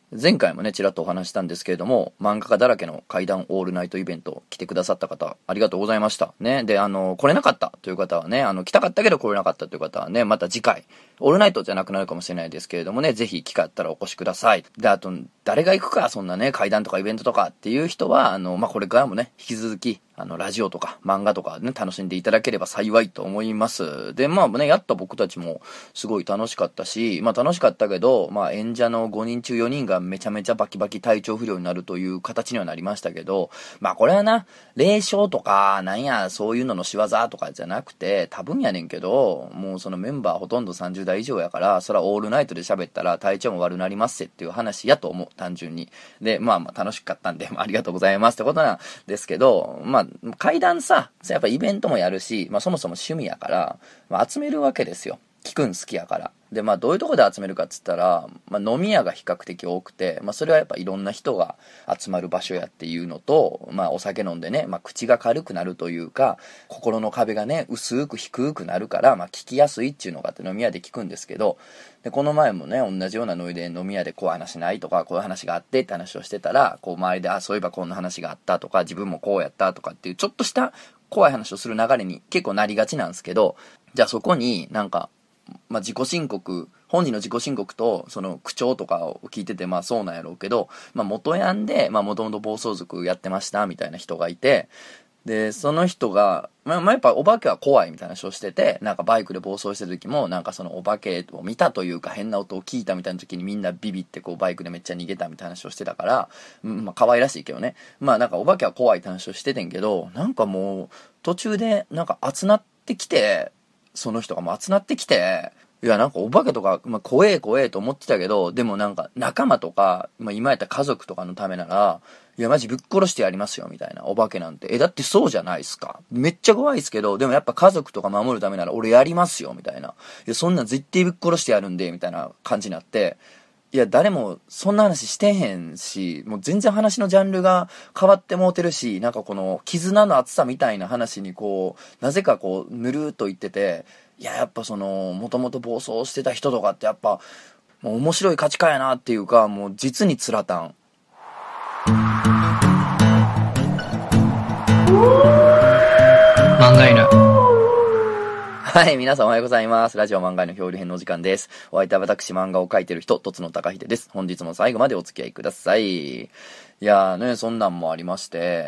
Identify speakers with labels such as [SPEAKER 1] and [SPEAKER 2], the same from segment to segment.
[SPEAKER 1] 前回もね、ちらっとお話したんですけれども、漫画家だらけの怪談オールナイトイベント来てくださった方、ありがとうございました。ね。で、来れなかったという方はね、来たかったけど来れなかったという方はね、また次回、オールナイトじゃなくなるかもしれないですけれどもね、ぜひ機会あったらお越しください。で、あと、誰が行くか、そんなね、怪談とかイベントとかっていう人は、これからもね、引き続き、ラジオとか漫画とかね、楽しんでいただければ幸いと思います。で、やっと僕たちもすごい楽しかったし、楽しかったけど、演者の5人中4人がめちゃめちゃバキバキ体調不良になるという形にはなりましたけど、これはな、霊障とか、なんや、そういうのの仕業とかじゃなくて、多分やねんけど、もうそのメンバーほとんど30代以上やから、そらオールナイトで喋ったら体調も悪なりますっていう話やと思う、単純に。で、楽しかったんで、ありがとうございますってことなんですけど、怪談さ、やっぱイベントもやるし、そもそも趣味やから、集めるわけですよ。聞くん好きやから。で、どういうとこで集めるかっつったら、飲み屋が比較的多くて、それはやっぱいろんな人が集まる場所やっていうのと、お酒飲んでね、口が軽くなるというか、心の壁がね、薄く低くなるから、聞きやすいっていうのがあって飲み屋で聞くんですけど、で、この前もね、同じようなノリで飲み屋でこういう話ないとか、こういう話があってって話をしてたら、こう周りで、そういえばこんな話があったとか、自分もこうやったとかっていう、ちょっとした怖い話をする流れに結構なりがちなんですけど、じゃあそこになんか、自己申告、本人の自己申告とその口調とかを聞いててそうなんやろうけど、元ヤンでもともと暴走族やってましたみたいな人がいて、でその人がやっぱお化けは怖いみたいな話をしてて、なんかバイクで暴走してる時もなんかそのお化けを見たというか変な音を聞いたみたいな時にみんなビビってこうバイクでめっちゃ逃げたみたいな話をしてたから、可愛らしいけどね、なんかお化けは怖いって話をしててんけど、なんかもう途中でなんか集まってきて、その人が集まってきて、いやなんかお化けとか、怖え怖えと思ってたけど、でもなんか仲間とか、今やったら家族とかのためなら、いやマジぶっ殺してやりますよみたいな、お化けなんて。だってそうじゃないっすか。めっちゃ怖いっすけど、でもやっぱ家族とか守るためなら俺やりますよみたいな。いやそんなん絶対ぶっ殺してやるんで、みたいな感じになって、いや誰もそんな話してへんし、もう全然話のジャンルが変わってもうてるし、なんかこの絆の厚さみたいな話にこう、なぜかこう、ぬるーっと言ってて、いややっぱその、もともと暴走してた人とかってやっぱ、もう面白い価値観やなっていうか、もう実につらたん。
[SPEAKER 2] 漫画犬。
[SPEAKER 1] はい、皆さんおはようございます。ラジオ漫画の表裏編のお時間です。お相手は私、漫画を描いてる人、とつのたかひでです。本日も最後までお付き合いください。いやーね、そんなんもありまして、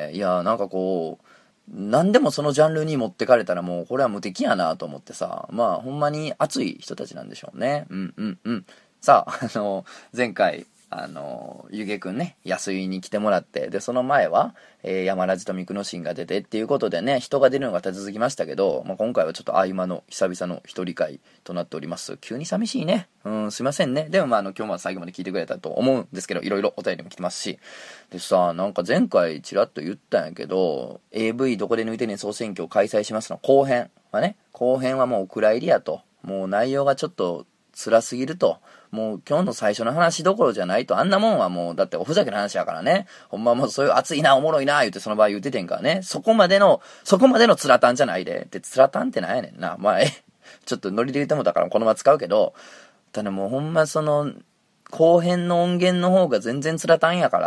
[SPEAKER 1] いやーなんかこう、何でもそのジャンルに持ってかれたらもうこれは無敵やなと思ってさ、ほんまに熱い人たちなんでしょうね。さあ、前回、ゆげくんね、安井に来てもらって、で、その前は、山ラジとミクノシンが出てっていうことでね、人が出るのが続きましたけど、今回はちょっと合間の久々の一人会となっております。急に寂しいね。すいませんね。でも今日も最後まで聞いてくれたと思うんですけど、いろいろお便りも来てますし。でさ、なんか前回ちらっと言ったんやけど、AV どこで抜いてねん総選挙を開催しますの後編はね、後編はもうお蔵入りやと。もう内容がちょっと辛すぎると。もう今日の最初の話どころじゃないと、あんなもんはもうだっておふざけの話やからね。ほんまもうそういう熱いなおもろいな言うてその場合言うててんからね。そこまでのつらたんじゃないで。で、つらたんってなんやねんな。ちょっとノリで言ってもだからこのまま使うけど、ただもうほんまその、後編の音源の方が全然つらたんやから、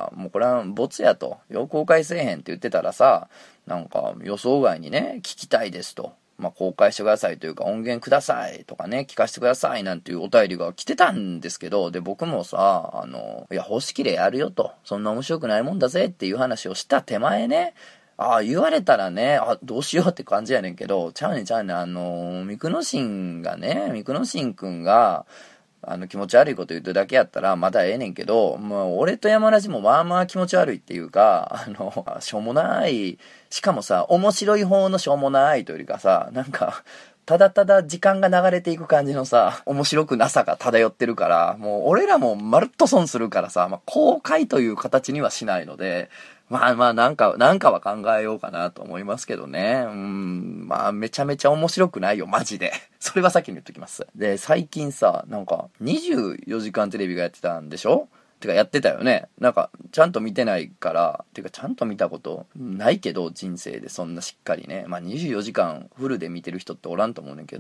[SPEAKER 1] もうこれはボツやと。よう公開せえへんって言ってたらさ、なんか予想外にね、聞きたいですと。公開してくださいというか音源くださいとかね、聞かせてくださいなんていうお便りが来てたんですけど、で、僕もさ、いや、欲しきれやるよと。そんな面白くないもんだぜっていう話をした手前ね、言われたらね、どうしようって感じやねんけど、ちゃうねん、ミクノシンくんが、気持ち悪いこと言うとるだけやったらまだええねんけど、もう俺と山ラジもまあまあ気持ち悪いっていうか、しょうもない、しかもさ、面白い方のしょうもないというよりかさ、なんか、ただただ時間が流れていく感じのさ、面白くなさが漂ってるから、もう俺らもまるっと損するからさ、公開という形にはしないので、なんかは考えようかなと思いますけどね。めちゃめちゃ面白くないよ、マジで。それは先に言っときます。で、最近さ、なんか、24時間テレビがやってたんでしょ？てかやってたよね。なんか、ちゃんと見てないから、てかちゃんと見たことないけど、人生でそんなしっかりね。24時間フルで見てる人っておらんと思うねんけど、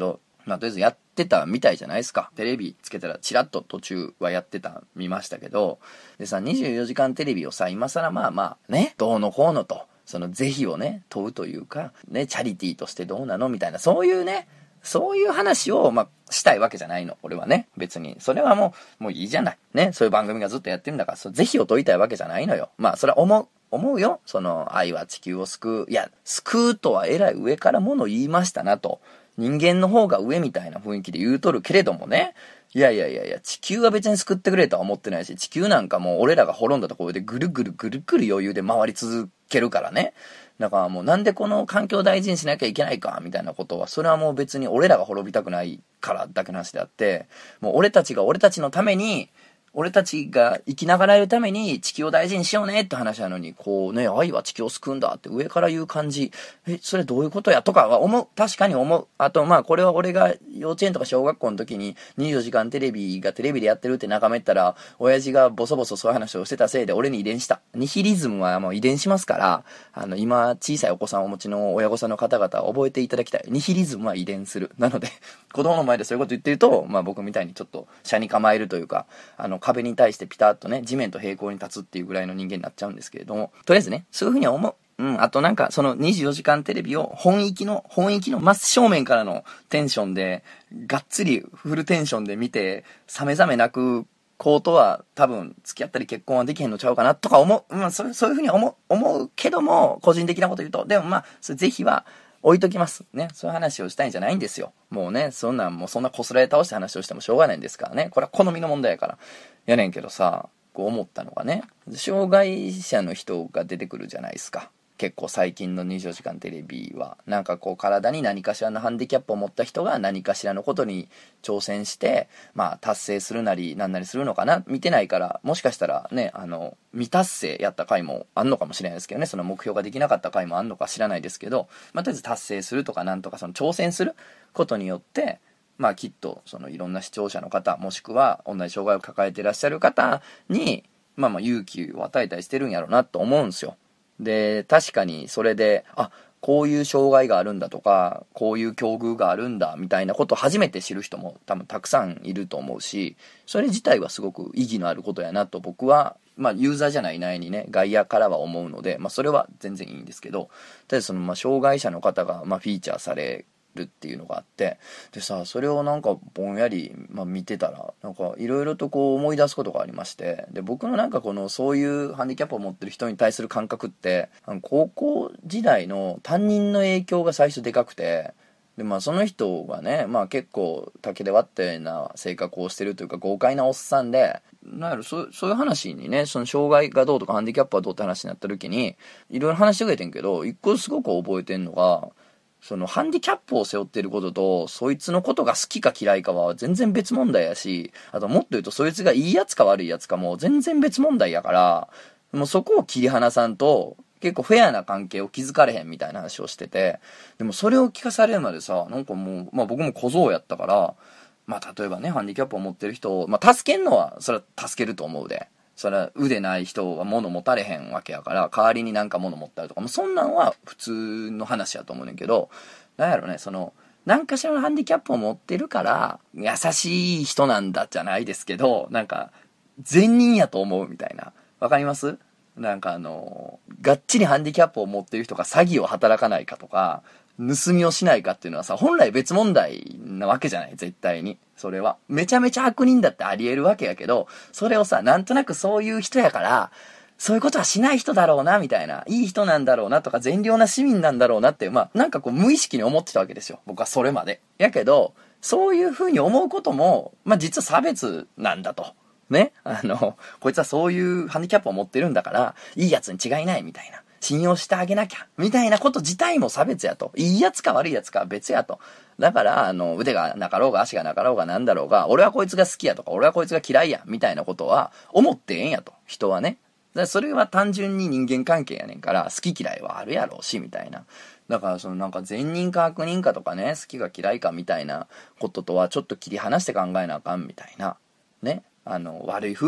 [SPEAKER 1] まあとりあえずやってたみたいじゃないですか。テレビつけたらチラッと途中はやってた見ましたけど、でさ、24時間テレビをさ、今更まあまあね、どうのこうのと、その是非をね問うというかね、チャリティーとしてどうなのみたいな、そういうね、そういう話をまあしたいわけじゃないの、俺はね。別にそれはもういいじゃないね、そういう番組がずっとやってるんだから、その是非を問いたいわけじゃないのよ。まあそれは思うよ。その愛は地球を救う、いや救うとはえらい上からもの言いましたなと、人間の方が上みたいな雰囲気で言うとるけれどもね、いや地球は別に救ってくれとは思ってないし、地球なんかもう俺らが滅んだところでぐるぐる余裕で回り続けるからね。だからもうなんでこの環境を大事にしなきゃいけないかみたいなことは、それはもう別に俺らが滅びたくないからだけの話であって、もう俺たちのために、俺たちが生きながらいるために地球を大事にしようねって話なのに、こうね、愛は地球を救うんだって上から言う感じ、それどういうことやとかは思う。確かに思う。あとまあこれは俺が幼稚園とか小学校の時に24時間テレビがテレビでやってるって眺めたら、親父がボソボソそういう話をしてたせいで俺に遺伝した。ニヒリズムはもう遺伝しますから、今小さいお子さんをお持ちの親御さんの方々は覚えていただきたい。ニヒリズムは遺伝する。なので子供の前でそういうこと言ってると、まあ僕みたいにちょっと斜に構えるというか、壁に対してピタッとね、地面と平行に立つっていうぐらいの人間になっちゃうんですけれども、とりあえずね、そういうふうには思う。あとなんかその24時間テレビを本域の真正面からのテンションで、がっつりフルテンションで見て、さめざめ泣く子とは多分付き合ったり結婚はできへんのちゃうかなとか思う。そういうふうに思うけども、個人的なこと言うと、でもまあ、それぜひは、置いときますね。そういう話をしたいんじゃないんですよ。もうね、そんなこすられ倒して話をしてもしょうがないんですからね。これは好みの問題やから。やねんけどさ、こう思ったのがね、障害者の人が出てくるじゃないですか。結構最近の24時間テレビはなんかこう体に何かしらのハンディキャップを持った人が何かしらのことに挑戦してまあ達成するなりなんなりするのかな。見てないからもしかしたらね、未達成やった回もあんのかもしれないですけどね、その目標ができなかった回もあんのか知らないですけど、まあとりあえず達成するとかなんとかその挑戦することによってまあきっとそのいろんな視聴者の方もしくは同じ障害を抱えていらっしゃる方にまあ勇気を与えたりしてるんやろうなと思うんですよ。で確かにそれでこういう障害があるんだとかこういう境遇があるんだみたいなことを初めて知る人も多分たくさんいると思うし、それ自体はすごく意義のあることやなと僕はまあユーザーじゃない内にね外野からは思うので、まあそれは全然いいんですけど、ただそのまあ障害者の方がまあフィーチャーされるっていうのがあって、でさそれをなんかぼんやり、見てたらなんかいろいろとこう思い出すことがありまして、で僕のなんかこのそういうハンディキャップを持ってる人に対する感覚って高校時代の担任の影響が最初でかくて、でその人がね結構竹で割ったような性格をしてるというか豪快なおっさんで、なんやろそういう話にね、その障害がどうとかハンディキャップはどうって話になった時にいろいろ話してくれてんけど、一個すごく覚えてんのが、そのハンディキャップを背負ってることとそいつのことが好きか嫌いかは全然別問題やし、あともっと言うとそいつがいいやつか悪いやつかも全然別問題やから、もうそこを切り離さんと結構フェアな関係を築かれへんみたいな話をしてて、でもそれを聞かされるまでさ、なんかもう僕も小僧やったから、例えばねハンディキャップを持ってる人を助けんのはそれは助けると思うで、それは腕ない人は物持たれへんわけやから代わりになんか物持ったりとかもそんなんは普通の話やと思うねんけど、なんやろね、その何かしらのハンディキャップを持ってるから優しい人なんだじゃないですけど、なんか善人やと思うみたいな、わかります？なんかがっちりハンディキャップを持ってる人が詐欺を働かないかとか盗みをしないかっていうのはさ、本来別問題なわけじゃない、絶対に。それはめちゃめちゃ悪人だってあり得るわけやけど、それをさなんとなくそういう人やからそういうことはしない人だろうなみたいな、いい人なんだろうなとか善良な市民なんだろうなってなんかこう無意識に思ってたわけですよ、僕はそれまで。やけどそういう風に思うことも実は差別なんだとね、こいつはそういうハンディキャップを持ってるんだからいいやつに違いないみたいな、信用してあげなきゃみたいなこと自体も差別やと、いいやつか悪いやつかは別やと。だから腕がなかろうが足がなかろうがなんだろうが俺はこいつが好きやとか俺はこいつが嫌いやみたいなことは思ってええんやと、人はね。だからそれは単純に人間関係やねんから好き嫌いはあるやろうしみたいな。だからそのなんか善人か悪人かとかね、好きか嫌いかみたいなこととはちょっと切り離して考えなあかんみたいなね。悪い風に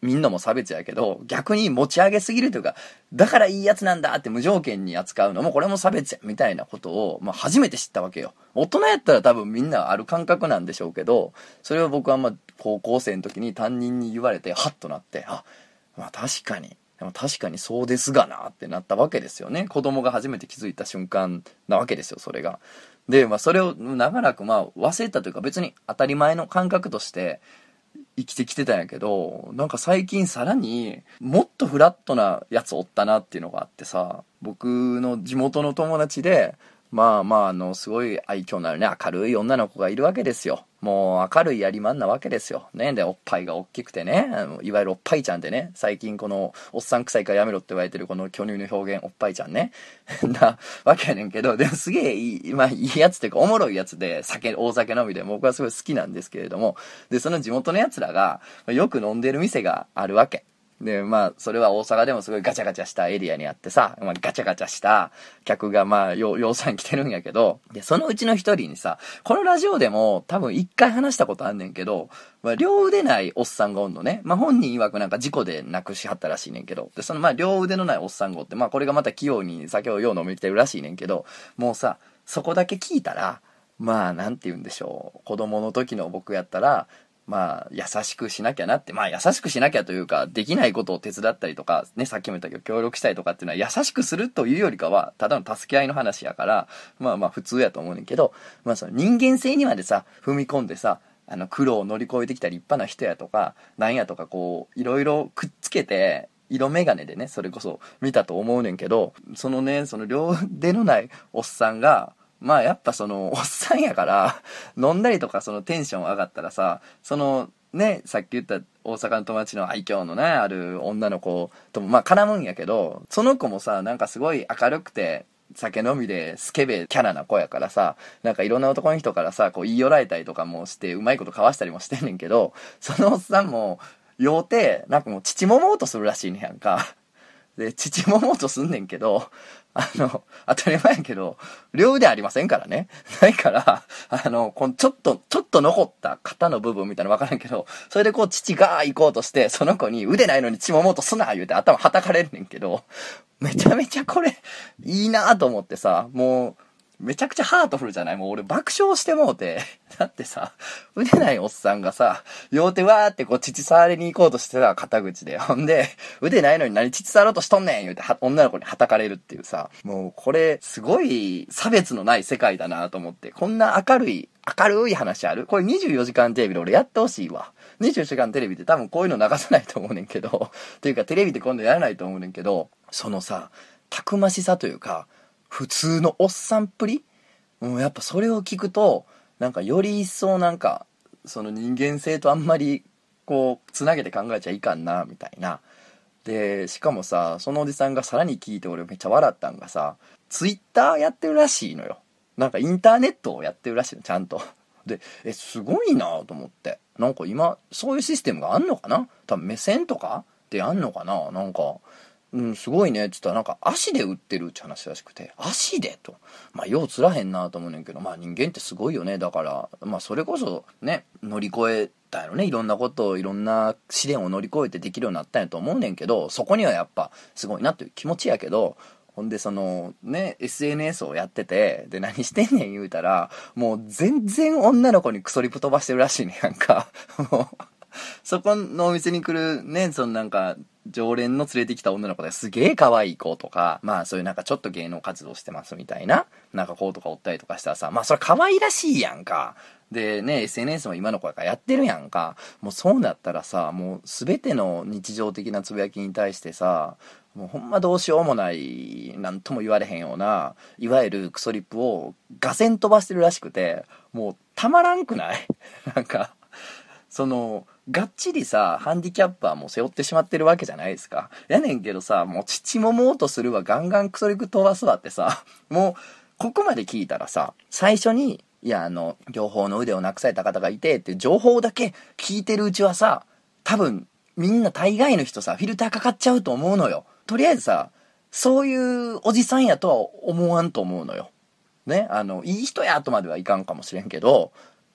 [SPEAKER 1] 見んのも差別やけど、逆に持ち上げすぎるというか、だからいいやつなんだって無条件に扱うのもこれも差別やみたいなことを、初めて知ったわけよ。大人やったら多分みんなある感覚なんでしょうけど、それを僕は高校生の時に担任に言われてハッとなって、確かに。でも確かにそうですがなってなったわけですよね。子供が初めて気づいた瞬間なわけですよ、それが。で、それを長らく忘れたというか別に当たり前の感覚として生きてきてたんやけど、なんか最近さらにもっとフラットなやつおったなっていうのがあってさ、僕の地元の友達で、すごい愛嬌のあるね、明るい女の子がいるわけですよ。もう明るいやりまんなわけですよ。ね。で、おっぱいが大きくてね、いわゆるおっぱいちゃんでね、最近この、おっさん臭いからやめろって言われてるこの巨乳の表現、おっぱいちゃんね。なわけやねんけど、でもすげえいい、いいやつっていうか、おもろいやつで、大酒飲みで、僕はすごい好きなんですけれども、で、その地元のやつらが、よく飲んでる店があるわけ。で、それは大阪でもすごいガチャガチャしたエリアにあってさ、ガチャガチャした客が養蚕来てるんやけど、で、そのうちの一人にさ、このラジオでも多分一回話したことあんねんけど、両腕ないおっさんがおんのね。本人曰くなんか事故で亡くしはったらしいねんけど、で、その両腕のないおっさんがおって、これがまた器用に酒をよう飲みに来てるらしいねんけど、もうさ、そこだけ聞いたら、なんて言うんでしょう。子供の時の僕やったら、優しくしなきゃなって、優しくしなきゃというか、できないことを手伝ったりとか、ね、さっきも言ったけど、協力したりとかっていうのは、優しくするというよりかは、ただの助け合いの話やから、普通やと思うねんけど、その人間性にまでさ、踏み込んでさ、苦労を乗り越えてきた立派な人やとか、なんやとかいろいろくっつけて、色眼鏡でね、それこそ見たと思うねんけど、その両腕のないおっさんが、やっぱおっさんやから、飲んだりとかテンション上がったらさ、さっき言った大阪の友達の愛嬌のね、ある女の子とも絡むんやけど、その子もさ、なんかすごい明るくて、酒飲みでスケベキャラな子やからさ、なんかいろんな男の人からさ、言い寄られたりとかもして、うまいこと交わしたりもしてんねんけど、そのおっさんも、酔うて、なんかもう乳ももうとするらしいねやんか。で、乳ももうとすんねんけど、当たり前やけど、両腕ありませんからね。ないから、ちょっと残った肩の部分みたいなのわからんけど、それで乳が行こうとして、その子に腕ないのに血ももうとすな言うて頭はたかれんねんけど、めちゃめちゃこれ、いいなと思ってさ、もう、めちゃくちゃハートフルじゃない？もう俺爆笑してもうて。だってさ、腕ないおっさんがさ、両手わーって乳触りに行こうとしてた肩口で。ほんで、腕ないのに何乳触ろうとしとんねん言うて女の子にはたかれるっていうさ、もうこれ、すごい差別のない世界だなと思って。こんな明るい話ある？これ24時間テレビで俺やってほしいわ。24時間テレビで多分こういうの流さないと思うねんけど、っていうかテレビで今度やらないと思うねんけど、そのさ、たくましさというか、普通のおっさんっぷり、やっぱそれを聞くとなんかより一層なんかその人間性とあんまりつなげて考えちゃいかんなみたいな。でしかもさ、そのおじさんがさらに聞いて俺めっちゃ笑ったんがさ、ツイッターやってるらしいのよ。なんかインターネットをやってるらしいの、ちゃんと。ですごいなと思って、なんか今そういうシステムがあんのかな、多分目線とかってあんのかな、なんかすごいねって言ったらなんか足で打ってるって話らしくて、足でと。ようつらへんなと思うねんけど、人間ってすごいよね。だから、それこそね、乗り越えたよね。いろんなことを、いろんな試練を乗り越えてできるようになったんやと思うねんけど、そこにはやっぱすごいなっていう気持ちやけど、ほんでSNS をやってて、で何してんねん言うたら、もう全然女の子にクソリプ飛ばしてるらしいねんやんか。もう、そこのお店に来るね、なんか、常連の連れてきた女の子ですげえ可愛い子とか、そういうなんかちょっと芸能活動してますみたいな、なんか子とかおったりとかしたらさ、それ可愛らしいやんか。でね、SNS も今の子やからやってるやんか。もうそうなったらさ、もう全ての日常的なつぶやきに対してさ、もうほんまどうしようもない、なんとも言われへんような、いわゆるクソリップをガセン飛ばしてるらしくて、もうたまらんくない？なんか、がっちりさ、ハンディキャッパーも背負ってしまってるわけじゃないですか。やねんけどさ、もう乳ももうとするわ、ガンガンクソリク飛ばすわってさ、もう、ここまで聞いたらさ、最初に、両方の腕をなくされた方がいてって情報だけ聞いてるうちはさ、多分、みんな大概の人さ、フィルターかかっちゃうと思うのよ。とりあえずさ、そういうおじさんやとは思わんと思うのよ。ね、いい人やとまではいかんかもしれんけど、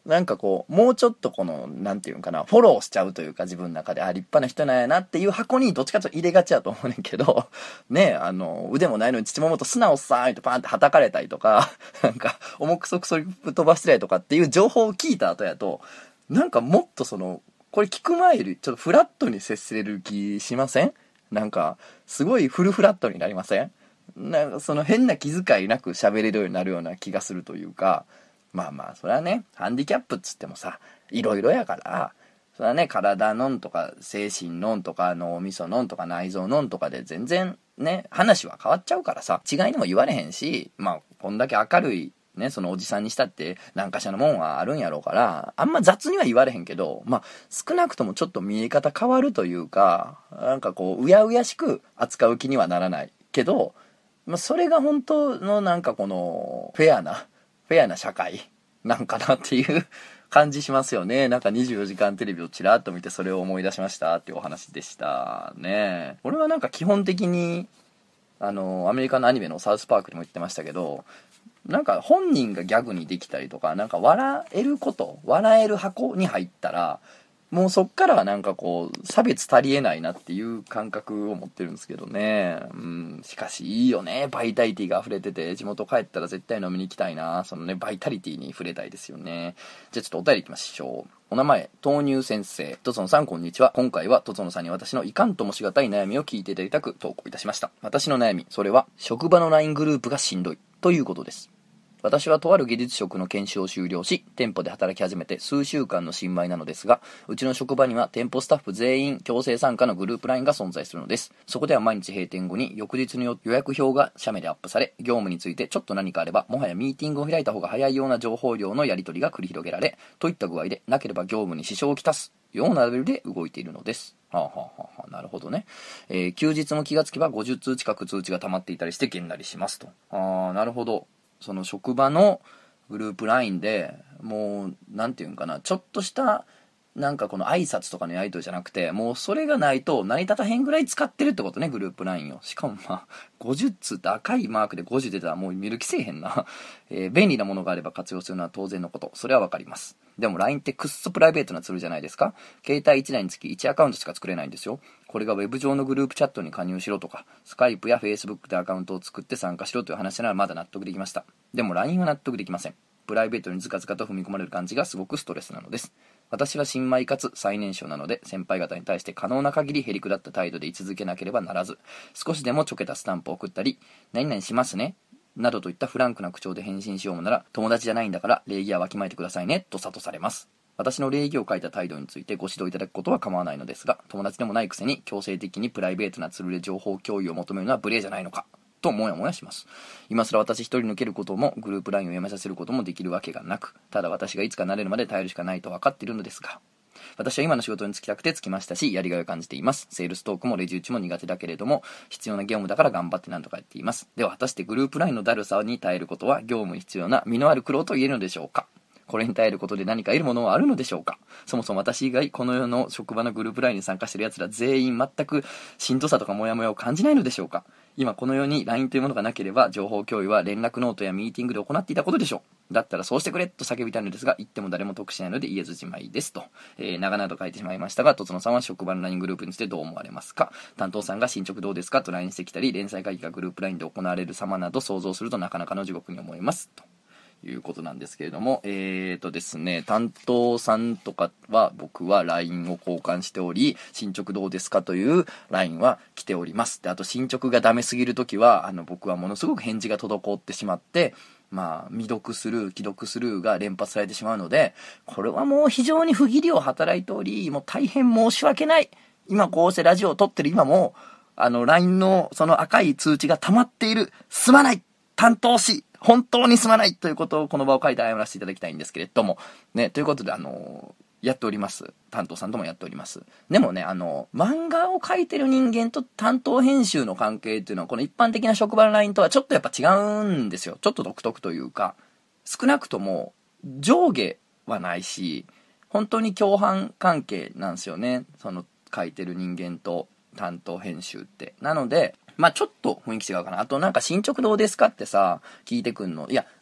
[SPEAKER 1] なんかこう、もうちょっとこの、なんていうんかな、フォローしちゃうというか、自分の中で、立派な人なんやなっていう箱にどっちかというと入れがちやと思うねんけど、ね、腕もないのに父ももと素直っさーいとパーンって叩かれたりとか、なんか、重くそくそ飛ばしてたりとかっていう情報を聞いた後やと、なんかもっとこれ聞く前よりちょっとフラットに接せれる気しません？なんか、すごいフルフラットになりません？なんか変な気遣いなく喋れるようになるような気がするというか、まあまあ、それはね、ハンディキャップっつってもさ、いろいろやから、それはね、体のんとか、精神のんとか、脳みそのんとか、内臓のんとかで全然ね、話は変わっちゃうからさ、違いにも言われへんし、まあ、こんだけ明るい、ね、そのおじさんにしたって何かしらのもんはあるんやろうから、あんま雑には言われへんけど、まあ、少なくともちょっと見え方変わるというか、なんかこう、うやうやしく扱う気にはならないけど、まあ、それが本当のなんかこの、フェアな社会なんかなっていう感じしますよね。なんか24時間テレビをちらっと見てそれを思い出しましたっていうお話でしたね。俺はなんか基本的に、アメリカのアニメのサウスパークでも言ってましたけど、なんか本人がギャグにできたりとか、なんか笑える箱に入ったら、もうそっからはなんかこう、差別足りえないなっていう感覚を持ってるんですけどね。しかしいいよね。バイタリティが溢れてて、地元帰ったら絶対飲みに行きたいな。そのね、バイタリティに触れたいですよね。じゃあちょっとお便り行きましょう。お名前、豆乳先生。とつのさん、こんにちは。今回はとつのさんに私のいかんともしがたい悩みを聞いていただきたく投稿いたしました。私の悩み、それは、職場の LINE グループがしんどいということです。私はとある技術職の研修を修了し、店舗で働き始めて数週間の新米なのですが、うちの職場には店舗スタッフ全員強制参加のグループ LINE が存在するのです。そこでは毎日閉店後に翌日の予約表が写メでアップされ、業務についてちょっと何かあれば、もはやミーティングを開いた方が早いような情報量のやり取りが繰り広げられ、といった具合で、なければ業務に支障をきたすようなレベルで動いているのです。はあはあはあ、なるほどね。休日も気がつけば50通近く通知が溜まっていたりしてげんなりしますと。なるほど。その職場のグループ LINE でもうなんていうんかな、ちょっとしたなんかこの挨拶とかのやり取りじゃなくて、もうそれがないと成り立たへんぐらい使ってるってことね、グループ LINE を。しかもまあ50通って赤いマークで50出たらもう見る気せえへんな。便利なものがあれば活用するのは当然のこと、それはわかります。でも LINE ってくっそプライベートなツールじゃないですか。携帯1台につき1アカウントしか作れないんですよ。これがウェブ上のグループチャットに加入しろとか、スカイプや Facebook でアカウントを作って参加しろという話ならまだ納得できました。でも LINE は納得できません。プライベートにズカズカと踏み込まれる感じがすごくストレスなのです。私は新米かつ最年少なので、先輩方に対して可能な限りへりくだった態度で居続けなければならず、少しでもちょけたスタンプを送ったり、何々しますねなどといったフランクな口調で返信しようもなら、友達じゃないんだから礼儀はわきまえてくださいねと諭されます。私の礼儀を書いた態度についてご指導いただくことは構わないのですが、友達でもないくせに強制的にプライベートなツールで情報共有を求めるのは無礼じゃないのかともやもやします。今更私一人抜けることもグループ LINE をやめさせることもできるわけがなく、ただ私がいつか慣れるまで耐えるしかないと分かっているのですが、私は今の仕事に就きたくて就きましたし、やりがいを感じています。セールストークもレジ打ちも苦手だけれども、必要な業務だから頑張って何とかやっています。では果たしてグループ LINE のだるさに耐えることは業務に必要な身のある苦労と言えるのでしょうか。これに耐えることで何か得るものはあるのでしょうか。そもそも私以外この世の職場のグループ LINE に参加している奴ら全員全くしんどさとかモヤモヤを感じないのでしょうか。今この世に LINE というものがなければ情報共有は連絡ノートやミーティングで行っていたことでしょう。だったらそうしてくれと叫びたいのですが、言っても誰も得しないので言えずじまいですと、長々と書いてしまいましたが、とつのさんは職場の LINE グループについてどう思われますか。担当さんが進捗どうですかと LINE してきたり、連載会議がグループ LINE で行われる様など想像するとなかなかの地獄に思いますということなんですけれども、ですね、担当さんとかは僕は LINE を交換しており、進捗どうですかという LINE は来ております。で、あと進捗がダメすぎるときは僕はものすごく返事が滞ってしまって、未読スルー既読スルーが連発されてしまうので、これはもう非常に不義理を働いており、もう大変申し訳ない。今こうしてラジオを撮ってる今もLINE のその赤い通知が溜まっている。すまない、担当し本当にすまないということをこの場を借りて謝らせていただきたいんですけれどもね、ということでやっております。担当さんともやっております。でもね、漫画を描いてる人間と担当編集の関係っていうのはこの一般的な職場の LINE とはちょっとやっぱ違うんですよ。ちょっと独特というか、少なくとも上下はないし、本当に共犯関係なんですよね、その書いてる人間と担当編集って。なのでちょっと雰囲気違うかな。あとなんか進捗どうですかってさ聞いてくんの、いや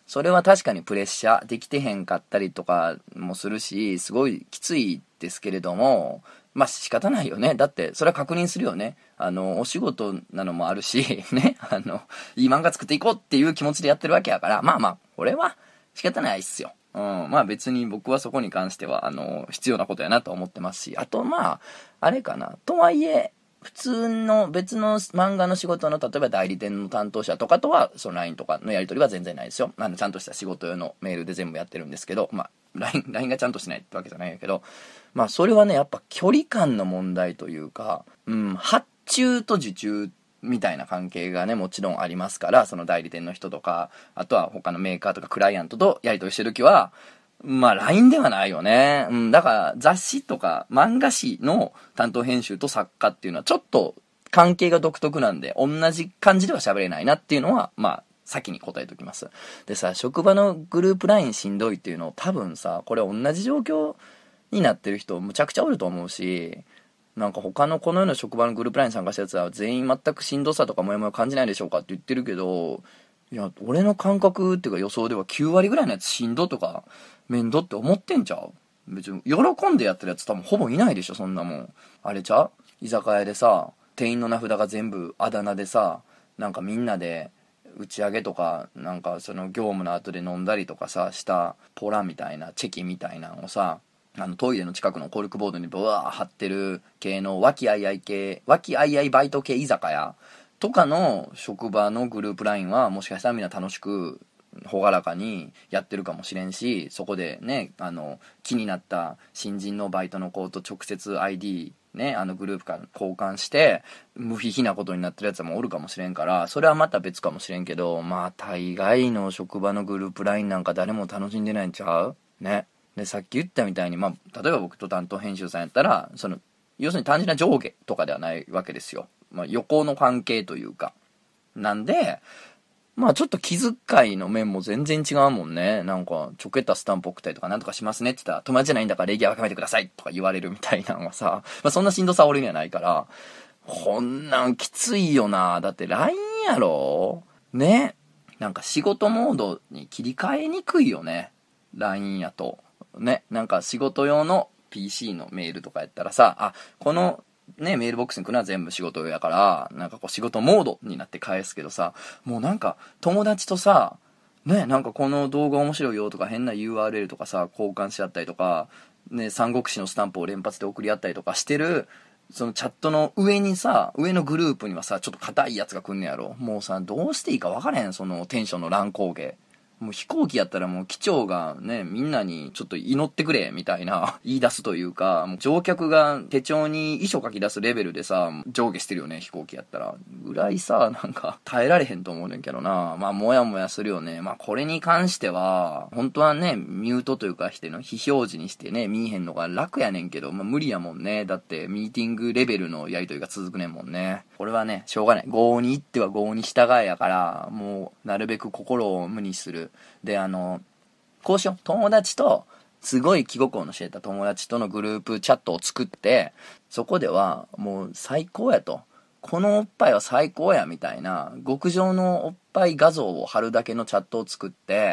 [SPEAKER 1] それは確かにプレッシャーできてへんかったりとかもするし、すごいきついですけれども、まあ仕方ないよね。だってそれは確認するよね。お仕事なのもあるしね、いい漫画作っていこうっていう気持ちでやってるわけやから、まあまあこれは仕方ないっすよ。まあ別に僕はそこに関しては必要なことやなと思ってますし、あとまああれかな、とはいえ普通の別の漫画の仕事の例えば代理店の担当者とかとはその LINE とかのやり取りは全然ないですよ。ちゃんとした仕事用のメールで全部やってるんですけど、まあ LINE がちゃんとしないってわけじゃないんやけど、まあそれはねやっぱ距離感の問題というか、発注と受注みたいな関係がねもちろんありますから、その代理店の人とかあとは他のメーカーとかクライアントとやり取りしてる時はまあ LINE ではないよね。だから雑誌とか漫画誌の担当編集と作家っていうのはちょっと関係が独特なんで、同じ感じでは喋れないなっていうのはまあ先に答えておきます。でさ、職場のグループ LINE しんどいっていうの多分さ、これ同じ状況になってる人むちゃくちゃおると思うし、なんか他のこのような職場のグループ LINE に参加したやつは全員全くしんどさとかモヤモヤ感じないでしょうかって言ってるけど、いや俺の感覚っていうか予想では9割ぐらいのやつしんどとか面倒って思ってんちゃう？別に喜んでやってるやつ多分ほぼいないでしょ、そんなもん。あれちゃう？居酒屋でさ、店員の名札が全部あだ名でさ、なんかみんなで打ち上げとかなんかその業務の後で飲んだりとかさしたポラみたいなチェキみたいなのをさ、トイレの近くのコルクボードにブワー貼ってる系の和気あいあいバイト系居酒屋とかの職場のグループ LINE はもしかしたらみんな楽しく朗らかにやってるかもしれんし、そこでね気になった新人のバイトの子と直接 ID ねグループから交換して無慈悲なことになってるやつもおるかもしれんから、それはまた別かもしれんけど、まあ大概の職場のグループ LINE なんか誰も楽しんでないんちゃうね。でさっき言ったみたいに、まあ例えば僕と担当編集さんやったら要するに単純な上下とかではないわけですよ。まあ、横の関係というかなんで、まあちょっと気遣いの面も全然違うもんね。なんかちょけたスタンプ送ったりとかなんとかしますねって言ったら、友達じゃないんだから礼儀は分めてくださいとか言われるみたいなのはさ、まあそんなしんどさは俺にはないから、こんなんきついよな。だって LINE やろね。なんか仕事モードに切り替えにくいよね、 LINE やとね。なんか仕事用の PC のメールとかやったらさ、このねメールボックスに来るのは全部仕事用やからなんかこう仕事モードになって返すけどさ、もうなんか友達とさね、なんかこの動画面白いよとか変な URL とかさ交換し合ったりとかね、三国志のスタンプを連発で送り合ったりとかしてるそのチャットの上にさ、上のグループにはさちょっと硬いやつが来んねやろ。もうさどうしていいか分からへん、そのテンションの乱高下。もう飛行機やったらもう機長がねみんなにちょっと祈ってくれみたいな言い出すというか、もう乗客が手帳に遺書書き出すレベルでさ上下してるよね、飛行機やったらぐらいさ、なんか耐えられへんと思うねんけどな。まあモヤモヤするよね。まあこれに関しては本当はねミュートというかしての非表示にしてね見えへんのが楽やねんけど、まあ無理やもんね。だってミーティングレベルのやり取りが続くねんもんね。これはねしょうがない、業に行っては業に従えやから、もうなるべく心を無にする。でこうしよう、友達とすごい気心の知れた友達とのグループチャットを作って、そこではもう最高やと、このおっぱいは最高やみたいな極上のおっぱい画像を貼るだけのチャットを作って、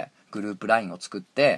[SPEAKER 1] グループ LINE を作って、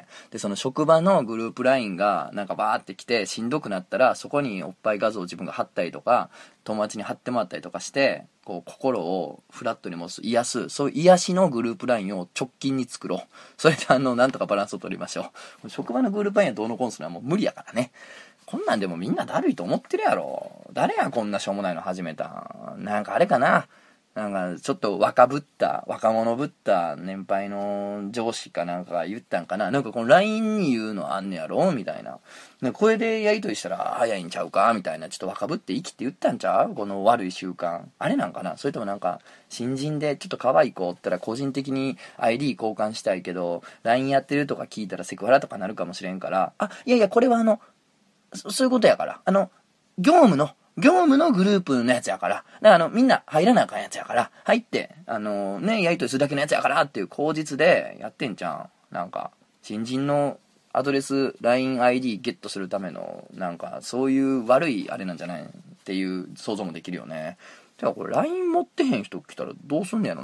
[SPEAKER 1] でその職場のグループ LINE がなんかバーってきてしんどくなったら、そこにおっぱい画像を自分が貼ったりとか友達に貼ってもらったりとかして、こう心をフラットに戻す、癒す、そういう癒しのグループ LINE を直近に作ろう。それでなんとかバランスを取りましょう。職場のグループ LINE はどうのこうのするのはもう無理やからね。こんなんでもみんなだるいと思ってるやろ。誰がこんなしょうもないの始めたん。なんかあれかな、なんかちょっと若者ぶった年配の上司かなんかが言ったんかな。なんかこの LINE に言うのあんねやろみたいな。これでやりとりしたら早いんちゃうかみたいな、ちょっと若ぶって生きって言ったんちゃう、この悪い習慣。あれなんかな。それともなんか新人でちょっと可愛い子おったら個人的に ID 交換したいけど LINE やってるとか聞いたらセクハラとかなるかもしれんから、いやいやこれはそういうことやから、業務のグループのやつやから、だからみんな入らなあかんやつやから、入って、やりとりするだけのやつやからっていう口実でやってんじゃん。なんか、新人のアドレス、LINE-ID ゲットするための、なんか、そういう悪いあれなんじゃないっていう想像もできるよね。てかこれ LINE 持ってへん人来たらどうすんねやろな。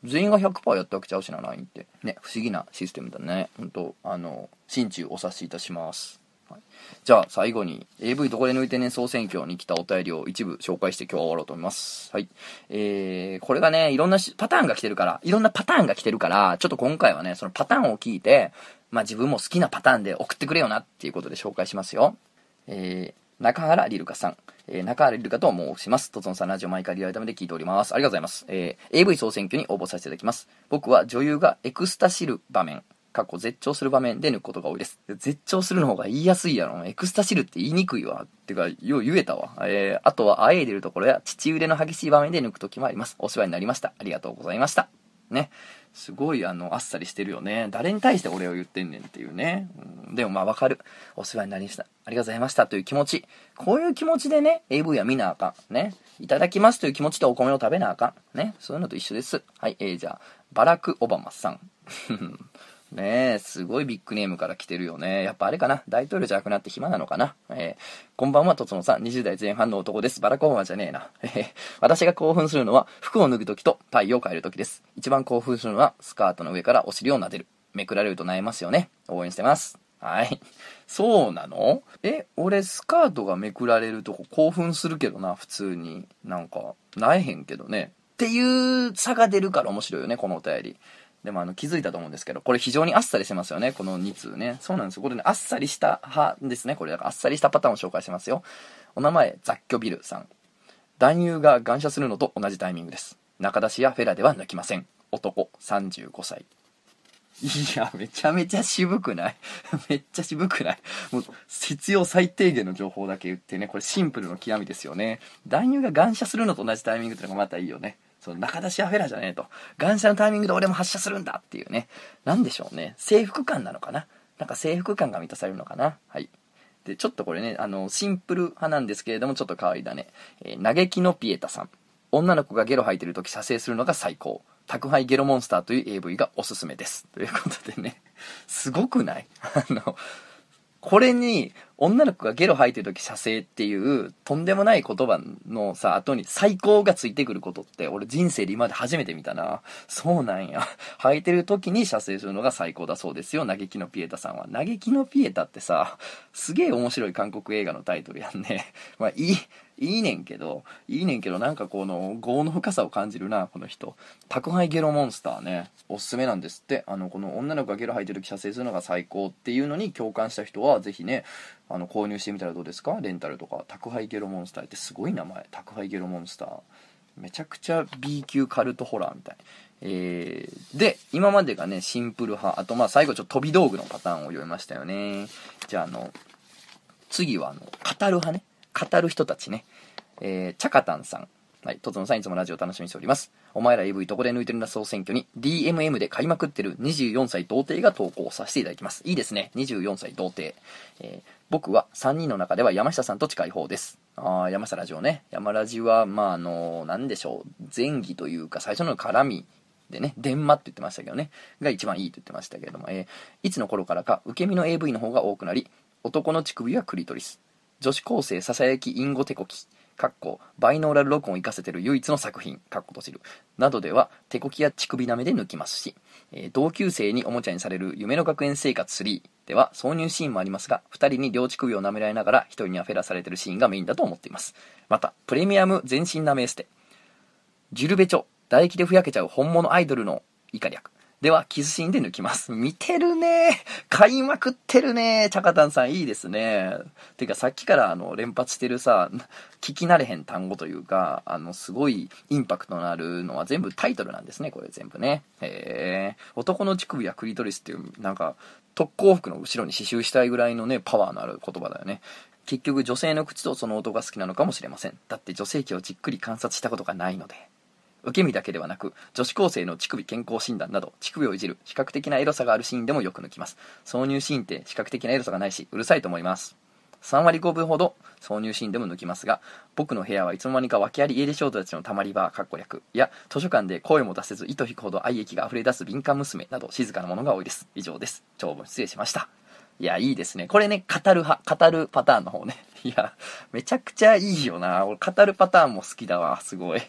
[SPEAKER 1] 全員が 100% やったわけちゃうしな、LINE って。ね、不思議なシステムだね。ほんと、心中お察しいたします。はい、じゃあ、最後に、AV どこで抜いてね総選挙に来たお便りを一部紹介して今日は終わろうと思います。はい。これがね、いろんなパターンが来てるから、ちょっと今回はね、そのパターンを聞いて、まあ自分も好きなパターンで送ってくれよなっていうことで紹介しますよ。中原リルカさん。中原リルカと申します。とつのさんラジオ毎回リアルタイムで聞いております。ありがとうございます。AV 総選挙に応募させていただきます。僕は女優がエクスタシル場面、絶頂する場面で抜くことが多いです。絶頂するの方が言いやすいやろ。エクスタシルって言いにくいわ。てか、よう言えたわ。あとは、あえいでるところや父腕の激しい場面で抜くときもあります。お世話になりました。ありがとうございました。ね。すごいあっさりしてるよね。誰に対して俺を言ってんねんっていうね。でもまあわかる。お世話になりました。ありがとうございましたという気持ち。こういう気持ちでね、AV は見なあかん。ね。いただきますという気持ちでお米を食べなあかん。ね。そういうのと一緒です。はい。じゃあ、バラク・オバマさん。ねえ、すごいビッグネームから来てるよね。やっぱあれかな。大統領じゃなくなって暇なのかな。こんばんは、とつのさん。20代前半の男です。バラコーマじゃねえな。私が興奮するのは、服を脱ぐときとタイを変えるときです。一番興奮するのは、スカートの上からお尻を撫でる。めくられると萎えますよね。応援してます。はい。そうなの？俺スカートがめくられるとこ興奮するけどな、普通に。なんか、萎えへんけどね。っていう差が出るから面白いよね、このお便り。でも気づいたと思うんですけど、これ非常にあっさりしてますよね、この2通ね。そうなんですよ。これね、あっさりした派ですね。これだからあっさりしたパターンを紹介してますよ。お名前、雑居ビルさん。男優が感謝するのと同じタイミングです。中出しやフェラでは抜きません。男、35歳。いや、めちゃめちゃ渋くないめっちゃ渋くない？もう、必要最低限の情報だけ言ってね、これシンプルの極みですよね。男優が感謝するのと同じタイミングってのがまたいいよね。その中出しやフェラじゃねえと。感謝のタイミングで俺も発射するんだっていうね。なんでしょうね。征服感なのかな。なんか征服感が満たされるのかな。はい。で、ちょっとこれね、シンプル派なんですけれども、ちょっと変わりだね。嘆きのピエタさん。女の子がゲロ吐いてるとき射精するのが最高。宅配ゲロモンスターという AV がおすすめです。ということでね。すごくない？これに女の子がゲロ吐いてる時射精っていうとんでもない言葉のさ後に最高がついてくることって俺人生で今まで初めて見たな。そうなんや。吐いてる時に射精するのが最高だそうですよ。嘆きのピエタさんは。嘆きのピエタってさすげえ面白い韓国映画のタイトルやんね。まあいいねんけどなんかこの業の深さを感じるなこの人。宅配ゲロモンスターねおすすめなんですって。この女の子がゲロ吐いてる時射精するのが最高っていうのに共感した人はぜひね購入してみたらどうですか。レンタルとか。宅配ゲロモンスターってすごい名前。宅配ゲロモンスターめちゃくちゃ B 級カルトホラーみたい。で今までがねシンプル派。あとまあ最後ちょっと飛び道具のパターンを読みましたよね。じゃあ次は語る派ね。語る人たちね。チャカタンさん。はい。とつのさんいつもラジオ楽しみにしております。お前ら AV どこで抜いてるんだ総選挙に DMM で買いまくってる24歳童貞が投稿させていただきます。いいですね。24歳童貞。僕は3人の中では山下さんと近い方です。山下ラジオね。山ラジは、まあなんでしょう。前儀というか最初の絡みでね、電話って言ってましたけどね。が一番いいと言ってましたけれども、いつの頃からか受け身の AV の方が多くなり、男の乳首はクリトリス。女子高生ささやきインゴテコキ。バイノーラル録音を活かせている唯一の作品閉じるなどでは手こきや乳首なめで抜きますし、同級生におもちゃにされる夢の学園生活3では挿入シーンもありますが、2人に両乳首を舐められながら1人にはフェラされているシーンがメインだと思っています。またプレミアム全身なめエステジュルベチョ唾液でふやけちゃう本物アイドルの以下略ではキスシーンで抜きます。見てるね。買いまくってるね。チャカタンさんいいですね。てかさっきから連発してるさ、聞き慣れへん単語というか、すごいインパクトのあるのは全部タイトルなんですね。これ全部ね。男の乳首やクリトリスっていうなんか特攻服の後ろに刺繍したいぐらいのねパワーのある言葉だよね。結局女性の口とその音が好きなのかもしれません。だって女性器をじっくり観察したことがないので。受け身だけではなく女子高生の乳首健康診断など乳首をいじる視覚的なエロさがあるシーンでもよく抜きます。挿入シーンって視覚的なエロさがないしうるさいと思います。3割5分ほど挿入シーンでも抜きますが、僕の部屋はいつの間にか訳あり家出少女たちのたまり場や図書館で声も出せず糸引くほど愛液が溢れ出す敏感娘など静かなものが多いです。以上です。長文失礼しました。いやいいですね。これね語るパターンの方ね。いやめちゃくちゃいいよな。俺語るパターンも好きだわ。すごい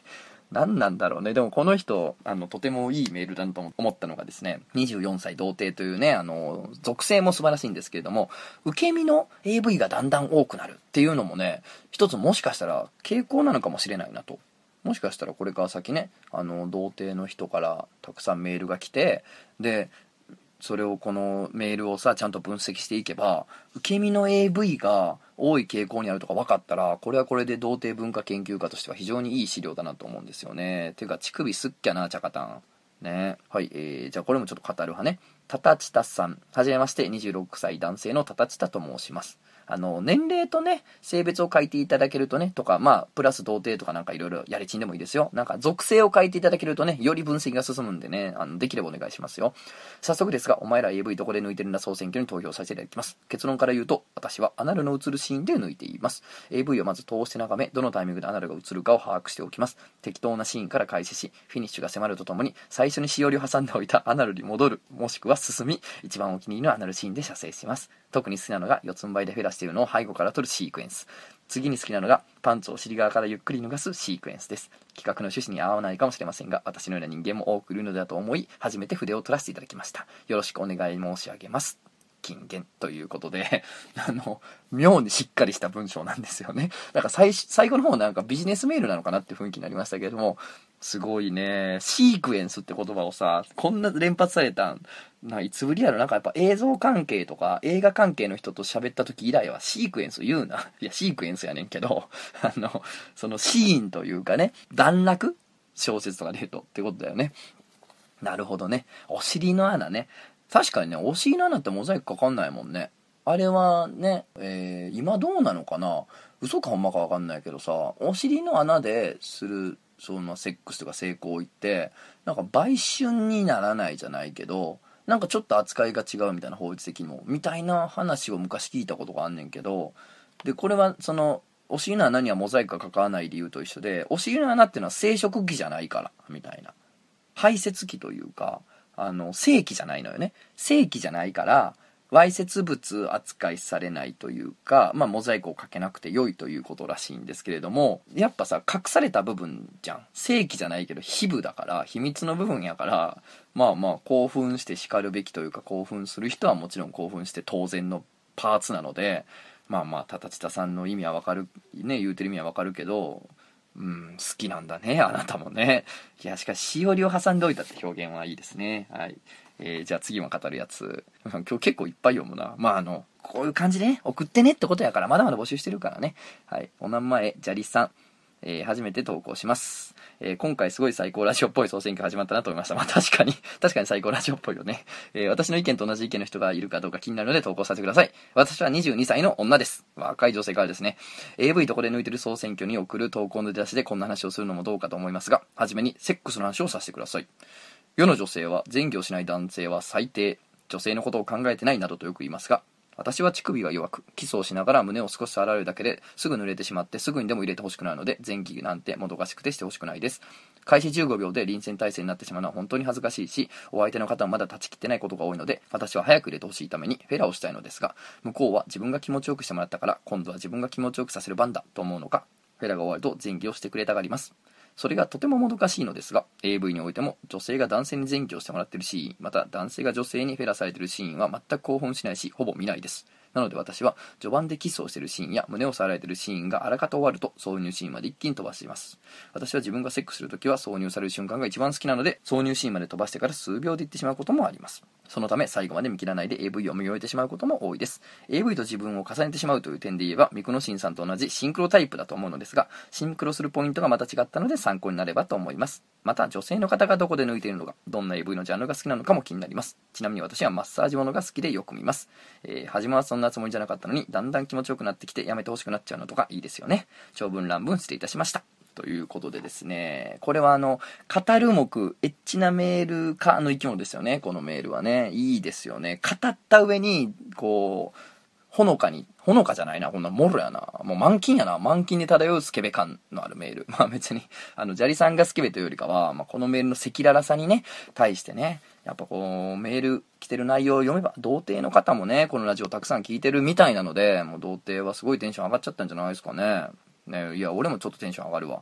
[SPEAKER 1] 何なんだろうね。でもこの人、とてもいいメールだなと思ったのがですね、24歳童貞というね、属性も素晴らしいんですけれども、受け身の AV がだんだん多くなるっていうのもね、一つもしかしたら傾向なのかもしれないなと。もしかしたらこれから先ね、童貞の人からたくさんメールが来て、で、それをこのメールをさちゃんと分析していけば、受け身の AV が多い傾向にあるとか分かったら、これはこれで童貞文化研究家としては非常にいい資料だなと思うんですよね。ていうか乳首すっきゃな、チャカタンね。はい、じゃあこれもちょっと語る派ね。タタチタさん、はじめまして、26歳男性のタタチタと申します。年齢とね、性別を書いていただけるとね、とか、まあ、プラス童貞とかなんかいろいろやりちんでもいいですよ。なんか属性を書いていただけるとね、より分析が進むんでね、できればお願いしますよ。早速ですが、お前ら AV どこで抜いてるんだ総選挙に投票させていただきます。結論から言うと、私はアナルの映るシーンで抜いています。AV をまず通して眺め、どのタイミングでアナルが映るかを把握しておきます。適当なシーンから開始し、フィニッシュが迫るとともに、最初にしおりを挟んでおいたアナルに戻る、もしくは進み、一番お気に入りのアナルシーンで射精します。特に好きなのが四つん這いでフェラしているのを背後から撮るシークエンス。次に好きなのがパンツをお尻側からゆっくり脱がすシークエンスです。企画の趣旨に合わないかもしれませんが、私のような人間も多くいるのだと思い、初めて筆を取らせていただきました。よろしくお願い申し上げます。金言ということで妙にしっかりした文章なんですよね。だから最後の方なんかビジネスメールなのかなって雰囲気になりましたけれども、すごいね。シークエンスって言葉をさ、こんな連発されたいつぶりやろ。なんかやっぱ映像関係とか映画関係の人と喋った時以来はシークエンス言うな。いや、シークエンスやねんけど、そのシーンというかね、段落小説とかで言うとってことだよね。なるほどね。お尻の穴ね。確かにね、お尻の穴ってモザイクかかんないもんね。あれはね、今どうなのかな、嘘かほんまかわかんないけどさ、お尻の穴でする、そのセックスとか性行為って、なんか売春にならないじゃないけど、なんかちょっと扱いが違うみたいな法律的にも、みたいな話を昔聞いたことがあんねんけど、で、これはその、お尻の穴にはモザイクがかからない理由と一緒で、お尻の穴っていうのは生殖器じゃないから、みたいな。排泄器というか、正規じゃないのよね。正規じゃないから、わいせつ物扱いされないというか、まあ、モザイクをかけなくて良いということらしいんですけれども、やっぱさ、隠された部分じゃん。正規じゃないけど、秘部だから、秘密の部分やから、まあまあ、興奮して叱るべきというか、興奮する人はもちろん興奮して当然のパーツなので、まあまあ、タタチタさんの意味はわかる、ね、言うてる意味はわかるけど、好きなんだね、あなたもね。いや、しかし、しおりを挟んでおいたって表現はいいですね。はい。じゃあ次も語るやつ。今日結構いっぱい読むな。まあこういう感じでね、送ってねってことやから、まだまだ募集してるからね。はい。お名前、ジャリさん。初めて投稿します。今回すごい最高ラジオっぽい総選挙始まったなと思いました。まあ確かに最高ラジオっぽいよね。私の意見と同じ意見の人がいるかどうか気になるので投稿させてください。私は22歳の女です。若い女性からですね。AV とこで抜いてる総選挙に送る投稿の出だしでこんな話をするのもどうかと思いますが、はじめにセックスの話をさせてください。世の女性は前戯をしない男性は最低、女性のことを考えてないなどとよく言いますが、私は乳首が弱く、キスをしながら胸を少し触られるだけですぐ濡れてしまってすぐにでも入れてほしくなるので、前戯なんてもどかしくてしてほしくないです。開始15秒で臨戦態勢になってしまうのは本当に恥ずかしいし、お相手の方はまだ断ち切ってないことが多いので、私は早く入れてほしいためにフェラをしたいのですが、向こうは自分が気持ちよくしてもらったから今度は自分が気持ちよくさせる番だと思うのか、フェラが終わると前戯をしてくれたがります。それがとてももどかしいのですが、 AV においても女性が男性に前戯をしてもらっているシーン、また男性が女性にフェラされているシーンは全く興奮しないし、ほぼ見ないです。なので私は序盤でキスをしているシーンや胸を触られているシーンがあらかた終わると挿入シーンまで一気に飛ばします。私は自分がセックスするときは挿入される瞬間が一番好きなので、挿入シーンまで飛ばしてから数秒で行ってしまうこともあります。そのため最後まで見切らないで AV を見終えてしまうことも多いです。 AV と自分を重ねてしまうという点で言えば、ミクノシンさんと同じシンクロタイプだと思うのですが、シンクロするポイントがまた違ったので参考になればと思います。また女性の方がどこで抜いているのか、どんな AV のジャンルが好きなのかも気になります。ちなみに私はマッサージものが好きでよく見ます。初めはそんなつもりじゃなかったのにだんだん気持ちよくなってきてやめてほしくなっちゃうのとかいいですよね。長文乱文失礼いたしましたということでですね、これは語る目エッチなメールかの生き物ですよね。このメールはね、いいですよね。語った上にこうほのかじゃないな、こんなもろやな、もう満金やな、満金で漂うスケベ感のあるメール。まあ別にジャリさんがスケベというよりかは、まあ、このメールの赤裸々さにね対してね、やっぱこうメール来てる内容を読めば、童貞の方もねこのラジオたくさん聞いてるみたいなので、もう童貞はすごいテンション上がっちゃったんじゃないですかね。ね、いや俺もちょっとテンション上がるわ。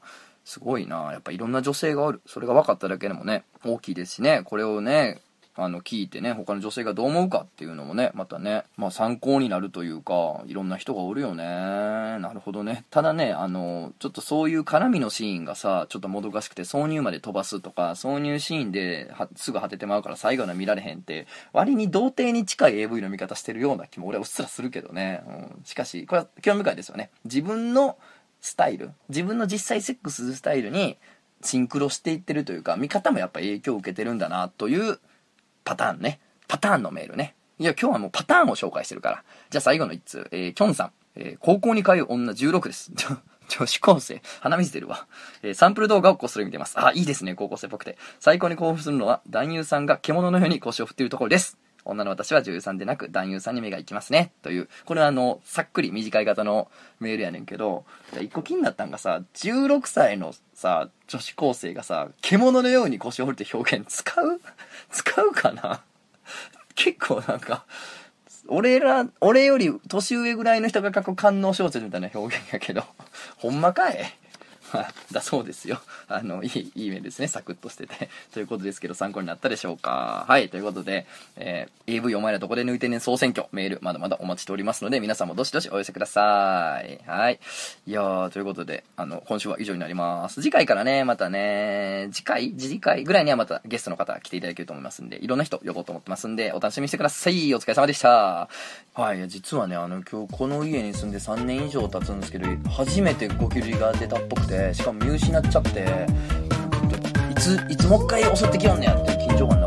[SPEAKER 1] すごいな。やっぱいろんな女性がおる。それが分かっただけでもね、大きいですしね。これをね、聞いてね、他の女性がどう思うかっていうのもね、またね、まあ参考になるというか、いろんな人がおるよね。なるほどね。ただね、ちょっとそういう絡みのシーンがさ、ちょっともどかしくて挿入まで飛ばすとか、挿入シーンですぐ果ててまうから最後のは見られへんって、割に童貞に近い AV の見方してるような気も俺はうっすらするけどね。しかし、これは興味深いですよね。自分のスタイル、自分の実際セックスするスタイルにシンクロしていってるというか、見方もやっぱ影響を受けてるんだなというパターンね。パターンのメールね。いや、今日はもうパターンを紹介してるから。じゃあ最後の一通。キョンさん。高校に通う女16です。女子高生。鼻水出るわ。サンプル動画をこっそり見てます。あ、いいですね。高校生っぽくて。最高に興奮するのは、男優さんが獣のように腰を振っているところです。女の私は女優さんでなく男優さんに目が行きますね。という。これはさっくり短い型のメールやねんけど、一個気になったんがさ、16歳のさ、女子高生がさ、獣のように腰を振るって表現使うかな。結構なんか、俺より年上ぐらいの人が書く官能小説みたいな表現やけど、ほんまかいだそうですよ。いいメールですね。サクッとしてて。ということですけど、参考になったでしょうか。はい。ということで、AV お前らどこで抜いてんねん総選挙、メール、まだまだお待ちしておりますので、皆さんもどしどしお寄せください。はい。いやー、ということで、今週は以上になります。次回からね、またね、次回ぐらいにはまたゲストの方来ていただけると思いますんで、いろんな人呼ぼうと思ってますんで、お楽しみにしてください。お疲れ様でした。はい。実はね、今日この家に住んで3年以上経つんですけど、初めてゴキブリが出たっぽくて、しかも見失っちゃって、いつもう一回襲ってきよんねやって緊張感